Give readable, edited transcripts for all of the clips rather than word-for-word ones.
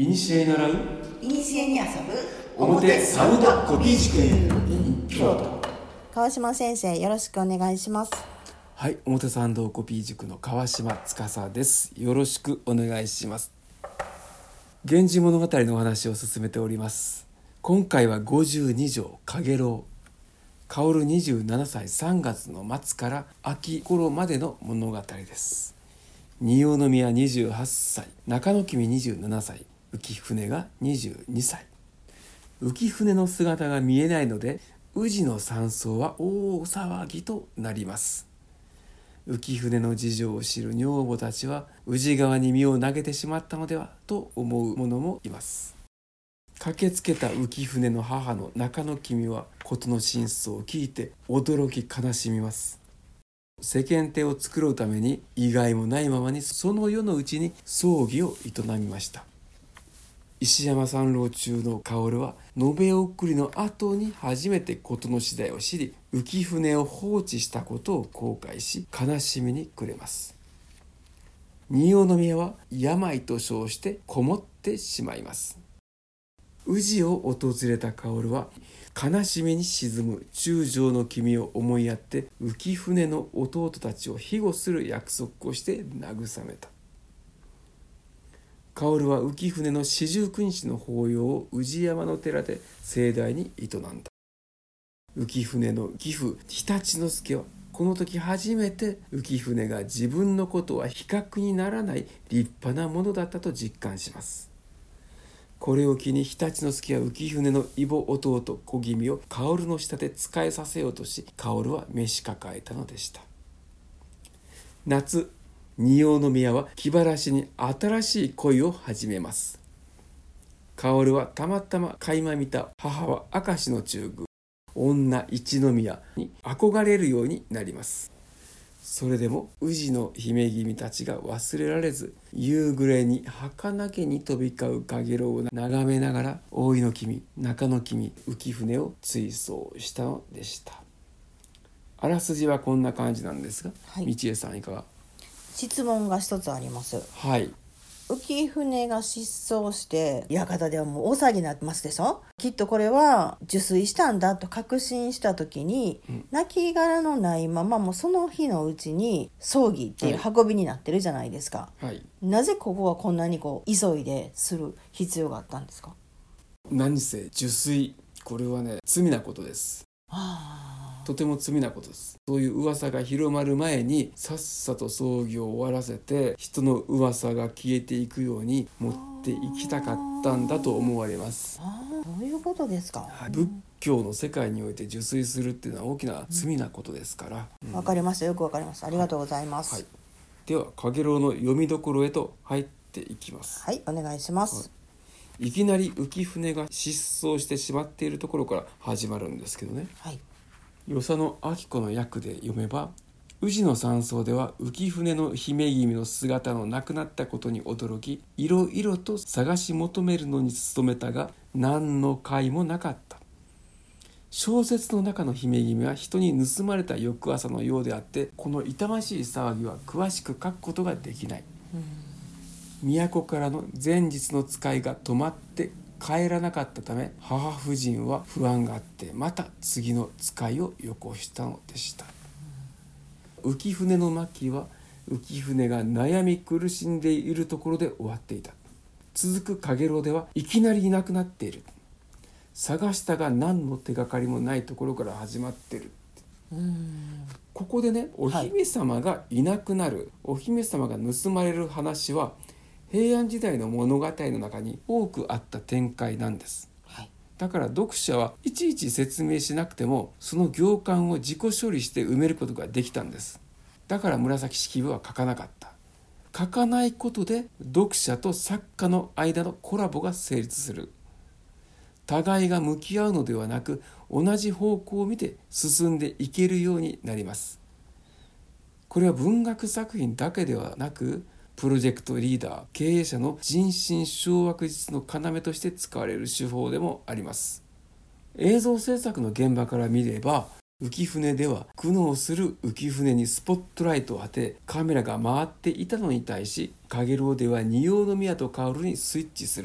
いにしえ習ういにしえに遊ぶ表サウンドコピー塾 in 京都。川島先生、よろしくお願いします。 はい、表参道コピー塾の川島司です。よろしくお願いします。源氏物語のお話を進めております。今回は52条かげろう。薫27歳3月の末から秋頃までの物語です。仁王宮28歳、中野君27歳、浮舟が22歳。浮舟の姿が見えないので、宇治の山荘は大騒ぎとなります。浮舟の事情を知る女房たちは宇治川に身を投げてしまったのではと思う者もいます。駆けつけた浮舟の母の中野君は事の真相を聞いて驚き悲しみます。世間体を作ろうために意外もないままにその世のうちに葬儀を営みました。石山参籠中の薫は延べ送りの後に初めて事の次第を知り、浮舟を放置したことを後悔し悲しみに暮れます。仁王宮は病と称してこもってしまいます。宇治を訪れた薫は悲しみに沈む中将の君を思いやって浮舟の弟たちを庇護する約束をして慰めた。薫は浮舟の四十九日の法要を宇治山の寺で盛大に営んだ。浮舟の義父常陸之助はこの時初めて浮舟が自分のことは比較にならない立派なものだったと実感します。これを機に常陸之助は浮舟の異母弟小君を薫の下で仕えさせようとし、薫は召し抱えたのでした。夏、仁王宮は気晴らしに新しい恋を始めます。薫はたまたま垣間見た母は明石の中宮女一宮に憧れるようになります。それでも宇治の姫君たちが忘れられず、夕暮れに儚げに飛び交うかげろうを眺めながら大井の君中野君浮舟を追走したのでした。あらすじはこんな感じなんですが、 はい、 道江さんいかが？ 質問が一つあります。 はい、 浮舟が失踪して館ではもう大騒ぎになってますでしょ。きっとこれは受水したんだと確信した時に、亡きのないままもうその日のうちに葬儀っていう運びになってるじゃないですか、 はい、 なぜここはこんなに急いでする必要があったんですか？ 何せ受水、これはね罪なことです。とても罪なことです。そういう噂が広まる前にさっさと葬儀を終わらせて人の噂が消えていくように持っていきたかったんだと思われます。 そういうことですか。 仏教の世界において受水するっていうのは大きな罪なことですから、 わかりました。よくわかりました。ありがとうございます。 はい、ではかげろうの読みどころへと入っていきます。 はい、お願いします。 いきなり浮舟が失踪してしまっているところから始まるんですけどね、 はい、 与謝野晶子の訳で読めば、宇治の山荘では浮舟の姫君の姿のなくなったことに驚き、いろいろと探し求めるのに努めたが何の甲斐もなかった。小説の中の姫君は人に盗まれた翌朝のようであって、この痛ましい騒ぎは詳しく書くことができない。都からの前日の使いが止まって帰らなかったため、母夫人は不安があってまた次の使いをよこしたのでした。浮舟の末期は浮舟が悩み苦しんでいるところで終わっていた。続くかげろうではいきなりいなくなっている。探したが何の手がかりもないところから始まっている。ここでね、お姫様がいなくなる、お姫様が盗まれる話は平安時代の物語の中に多くあった展開なんです、はい、だから読者はいちいち説明しなくてもその行間を自己処理して埋めることができたんです。だから紫式部は書かなかった。書かないことで読者と作家の間のコラボが成立する。互いが向き合うのではなく同じ方向を見て進んでいけるようになります。これは文学作品だけではなくプロジェクトリーダー、経営者の人心掌握術の要として使われる手法でもあります。映像制作の現場から見れば、浮舟では苦悩する浮舟にスポットライトを当てカメラが回っていたのに対し、かげろうでは仁王宮と薫にスイッチする。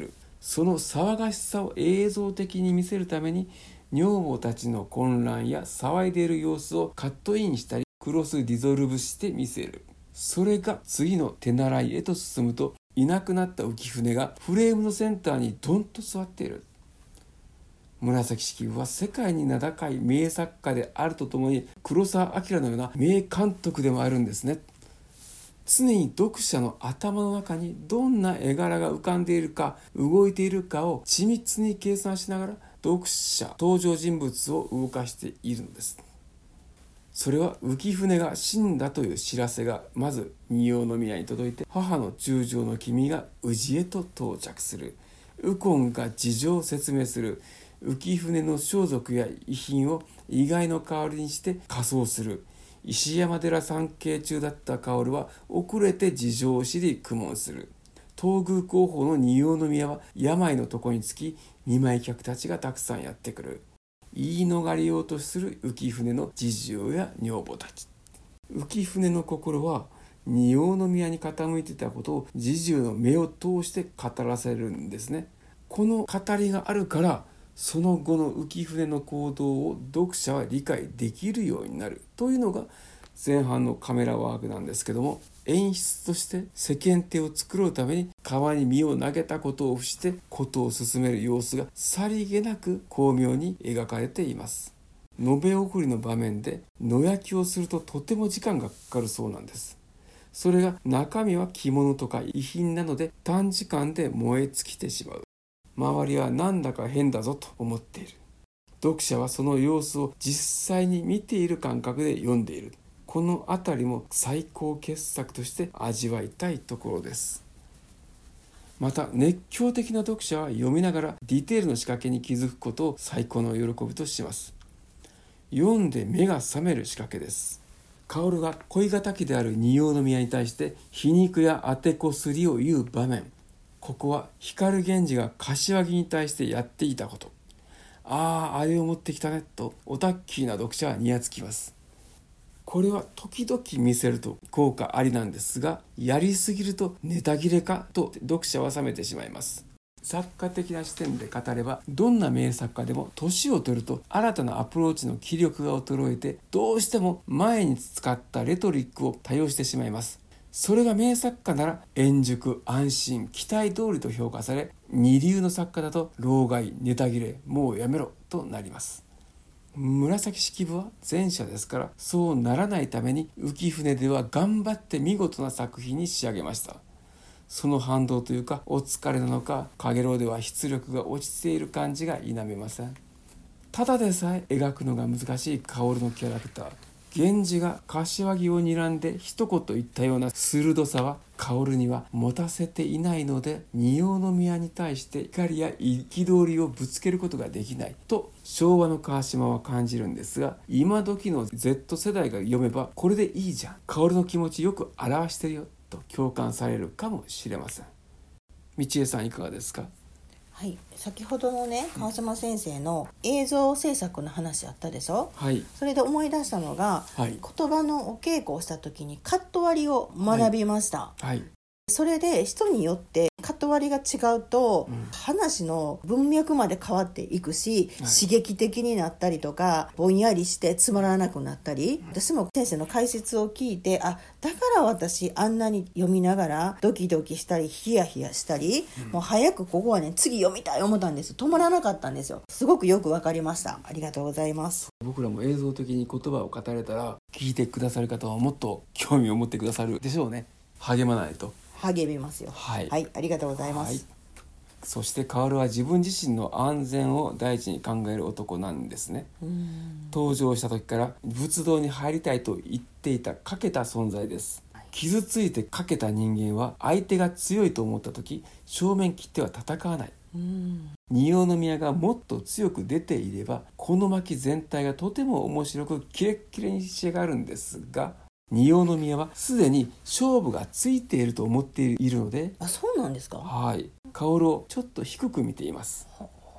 その騒がしさを映像的に見せるために女房たちの混乱や騒いでいる様子をカットインしたりクロスディゾルブして見せる。それが次の手習いへと進むと、いなくなった浮舟がフレームのセンターにドンと座っている。紫式部は世界に名高い名作家であるとともに黒澤明のような名監督でもあるんですね。常に読者の頭の中にどんな絵柄が浮かんでいるか動いているかを緻密に計算しながら読者登場人物を動かしているのです。それは浮舟が死んだという知らせがまず仁王宮に届いて、母の中将の君が宇治へと到着する。右近が事情を説明する。浮舟の装束や遺品を意外の代わりにして仮装する。石山寺参詣中だった薫は遅れて事情を知り苦悶する。東宮候補の仁王宮は病の床につき、見舞い客たちがたくさんやってくる。言い逃れようとする浮舟の侍従や女房たち。浮舟の心は仁王宮に傾いていたことを侍従の目を通して語らせるんですね。この語りがあるからその後の浮舟の行動を読者は理解できるようになるというのが前半のカメラワークなんですけども、演出として世間体を作るために川に身を投げたことを伏して事を進める様子がさりげなく巧妙に描かれています。延べ送りの場面で野焼きをするととても時間がかかるそうなんです。それが中身は着物とか遺品なので短時間で燃え尽きてしまう。周りはなんだか変だぞと思っている。読者はその様子を実際に見ている感覚で読んでいる。このあたりも最高傑作として味わいたいところです。また熱狂的な読者は読みながらディテールの仕掛けに気づくことを最高の喜びとします。読んで目が覚める仕掛けです。薫が恋敵である仁王宮に対して皮肉や当てこすりを言う場面。ここは光源氏が柏木に対してやっていたこと。あれを持ってきたねとオタッキーな読者はにやつきます。これは時々見せると効果ありなんですが、やりすぎるとネタ切れかと読者は冷めてしまいます。作家的な視点で語れば、どんな名作家でも年を取ると新たなアプローチの気力が衰えて、どうしても前に使ったレトリックを多用してしまいます。それが名作家なら円熟、安心、期待通りと評価され、二流の作家だと老害、ネタ切れ、もうやめろとなります。紫式部は前者ですから、そうならないために浮舟では頑張って見事な作品に仕上げました。その反動というかお疲れなのか、陽炎では出力が落ちている感じが否めません。ただでさえ描くのが難しい薫のキャラクター。源氏が柏木を睨んで一言言ったような鋭さは薫には持たせていないので、仁王宮に対して怒りや憤りをぶつけることができないと昭和の川島は感じるんですが、今時の Z 世代が読めばこれでいいじゃん、薫の気持ちよく表してるよと共感されるかもしれません。道枝さんいかがですか？ はい、先ほどのね川島先生の映像制作の話あったでしょ、 はい、 それで思い出したのが、 はい、 言葉のお稽古をした時にカット割りを学びました、 はいはい、 それで人によってカット割りが違うと、話の文脈まで変わっていくし、刺激的になったりとかぼんやりしてつまらなくなったり、私も先生の解説を聞いて、だから私あんなに読みながらドキドキしたりヒヤヒヤしたり、もう早くここはね次読みたい思ったんです。止まらなかったんですよ。すごくよくわかりました。ありがとうございます。 僕らも映像的に言葉を語れたら聞いてくださる方はもっと興味を持ってくださるでしょうね。励まないと。励みますよ。 はい、 はい、ありがとうございます。はい、 そして薫は自分自身の安全を第一に考える男なんですね。登場した時から仏道に入りたいと言っていた欠けた存在です。傷ついて欠けた人間は相手が強いと思った時正面切っては戦わない。仁王宮がもっと強く出ていればこの巻全体がとても面白くキレッキレに仕上がるんですが、仁王宮はすでに勝負がついていると思っているので、 そうなんですか？ はい、薫をちょっと低く見ています。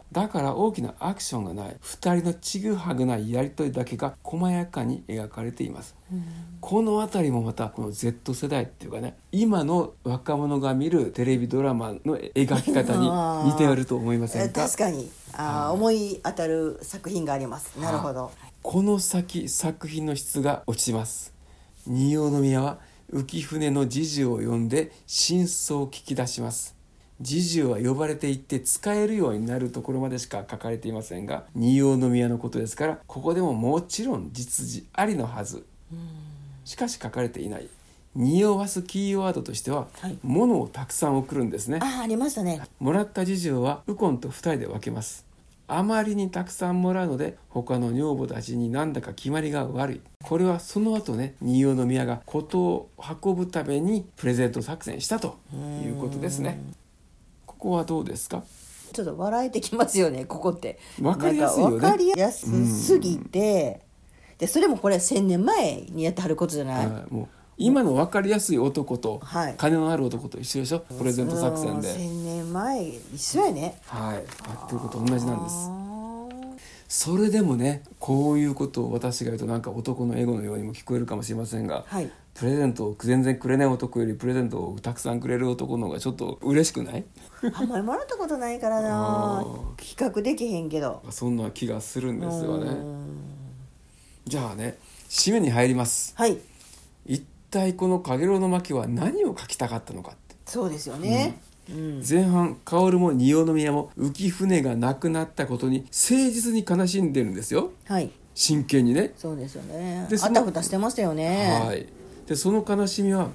だから大きなアクションがない二人のちぐはぐないやり取りだけが細やかに描かれています。このあたりもまたこの Z 世代っていうかね、今の若者が見るテレビドラマの描き方に似ていると思いませんか？ 確かに思い当たる作品があります。なるほど。 この先作品の質が落ちます。仁王宮は浮舟の侍従を呼んで真相を聞き出します。侍従は呼ばれていって使えるようになるところまでしか書かれていませんが、仁王宮のことですからここでももちろん実需ありのはず。しかし書かれていない。匂わすキーワードとしては、物をたくさん送るんですね。 ありましたね。 もらった侍従は右近と2人で分けます。あまりにたくさんもらうので他の女房たちになんだか決まりが悪い。これはその後ね、仁王宮が事を運ぶためにプレゼント作戦したということですね。ここはどうですか？ ちょっと笑えてきますよね。ここって分かりやすいよね。 分かりやすすぎて、でそれもこれ1000年前にやってはることじゃない。 もう今の分かりやすい男と、金のある男と一緒でしょ。プレゼント作戦で 1000年前一緒やね。 やってること同じなんです。それでもね、こういうことを私が言うとなんか男のエゴのようにも聞こえるかもしれませんが、プレゼントを全然くれない男よりプレゼントをたくさんくれる男の方がちょっと嬉しくない？ あんまりもらったことないからな比較できへんけど、 そんな気がするんですよね。じゃあね、締めに入ります。一体この陽炎の巻は何を書きたかったのかって。 そうですよね。 前半薫も仁王宮も浮舟がなくなったことに誠実に悲しんでるんですよ。真剣にね。 そうですよね。あたふたしてましたよね。 でその悲しみは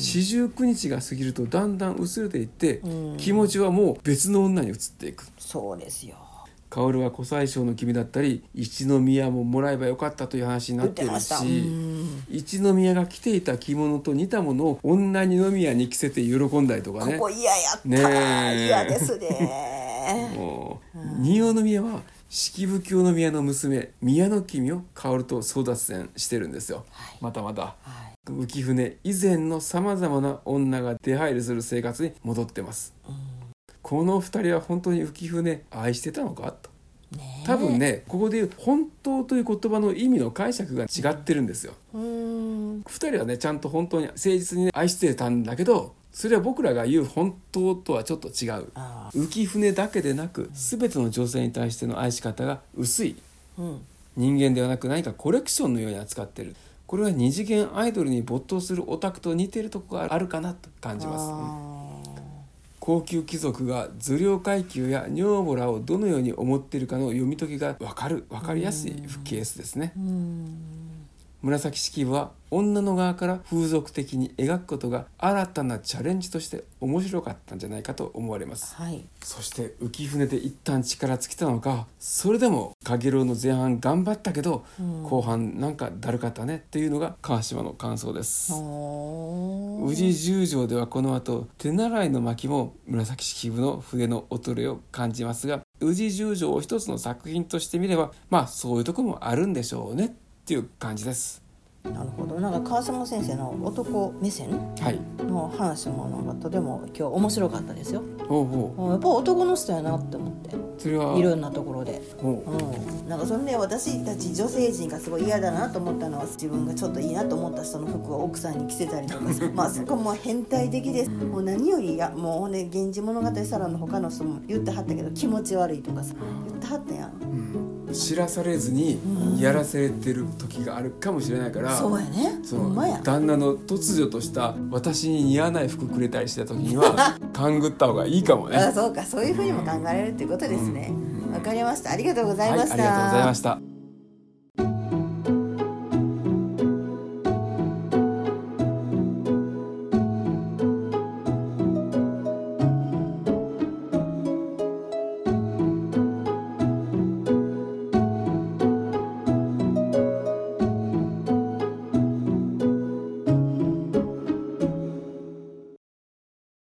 49日が過ぎるとだんだん薄れていって、気持ちはもう別の女に移っていく。 そうですよ。 薫は小宰相の君だったり一宮ももらえばよかったという話になっているし、一宮が着ていた着物と似たものを女二宮に着せて喜んだりとかね。 ここ嫌やった。嫌ですね。 もう仁王宮は式部京宮の娘宮の君を薫と争奪戦してるんですよ。また浮舟以前のさまざまな女が出入りする生活に戻ってます。この二人は本当に浮舟愛してたのかと。多分ね、ここでいう本当という言葉の意味の解釈が違ってるんですよ。二人はね、ちゃんと本当に誠実に愛してたんだけど、それは僕らが言う本当とはちょっと違う。浮舟だけでなく全ての女性に対しての愛し方が薄い、人間ではなく何かコレクションのように扱ってる。これは二次元アイドルに没頭するオタクと似ているところがあるかなと感じます。高級貴族が頭領階級や女房らをどのように思っているかの読み解きが分かりやすいケースですね。紫式部は女の側から風俗的に描くことが新たなチャレンジとして面白かったんじゃないかと思われます。そして浮舟で一旦力尽きたのか、それでも陽炎の前半頑張ったけど、後半なんかだるかったねっていうのが川島の感想です。宇治十条ではこの後手習いの巻も紫式部の筆の衰れを感じますが、宇治十条を一つの作品として見ればそういうところもあるんでしょうねっていう感じです。 なるほど。なんか川島先生の男目線の話もなんかとても今日面白かったですよ。やっぱ男の人やなって思って、 それはいろんなところで、なんかそれで私たち女性陣がすごい嫌だなと思ったのは、自分がちょっといいなと思った人の服を奥さんに着せたりとかそこも変態的です。もう何よりもうね、源氏物語サロンの他の人も言ってはったけど気持ち悪いとかさ言ってはったやん。 知らされずにやらせてる時があるかもしれないから、 そうやね。 旦那の突如とした私に似合わない服くれたりした時には勘ぐった方がいいかもね。 そうか、そういうふうにも考えられるっていうことですね。わかりました。ありがとうございました。 ありがとうございました。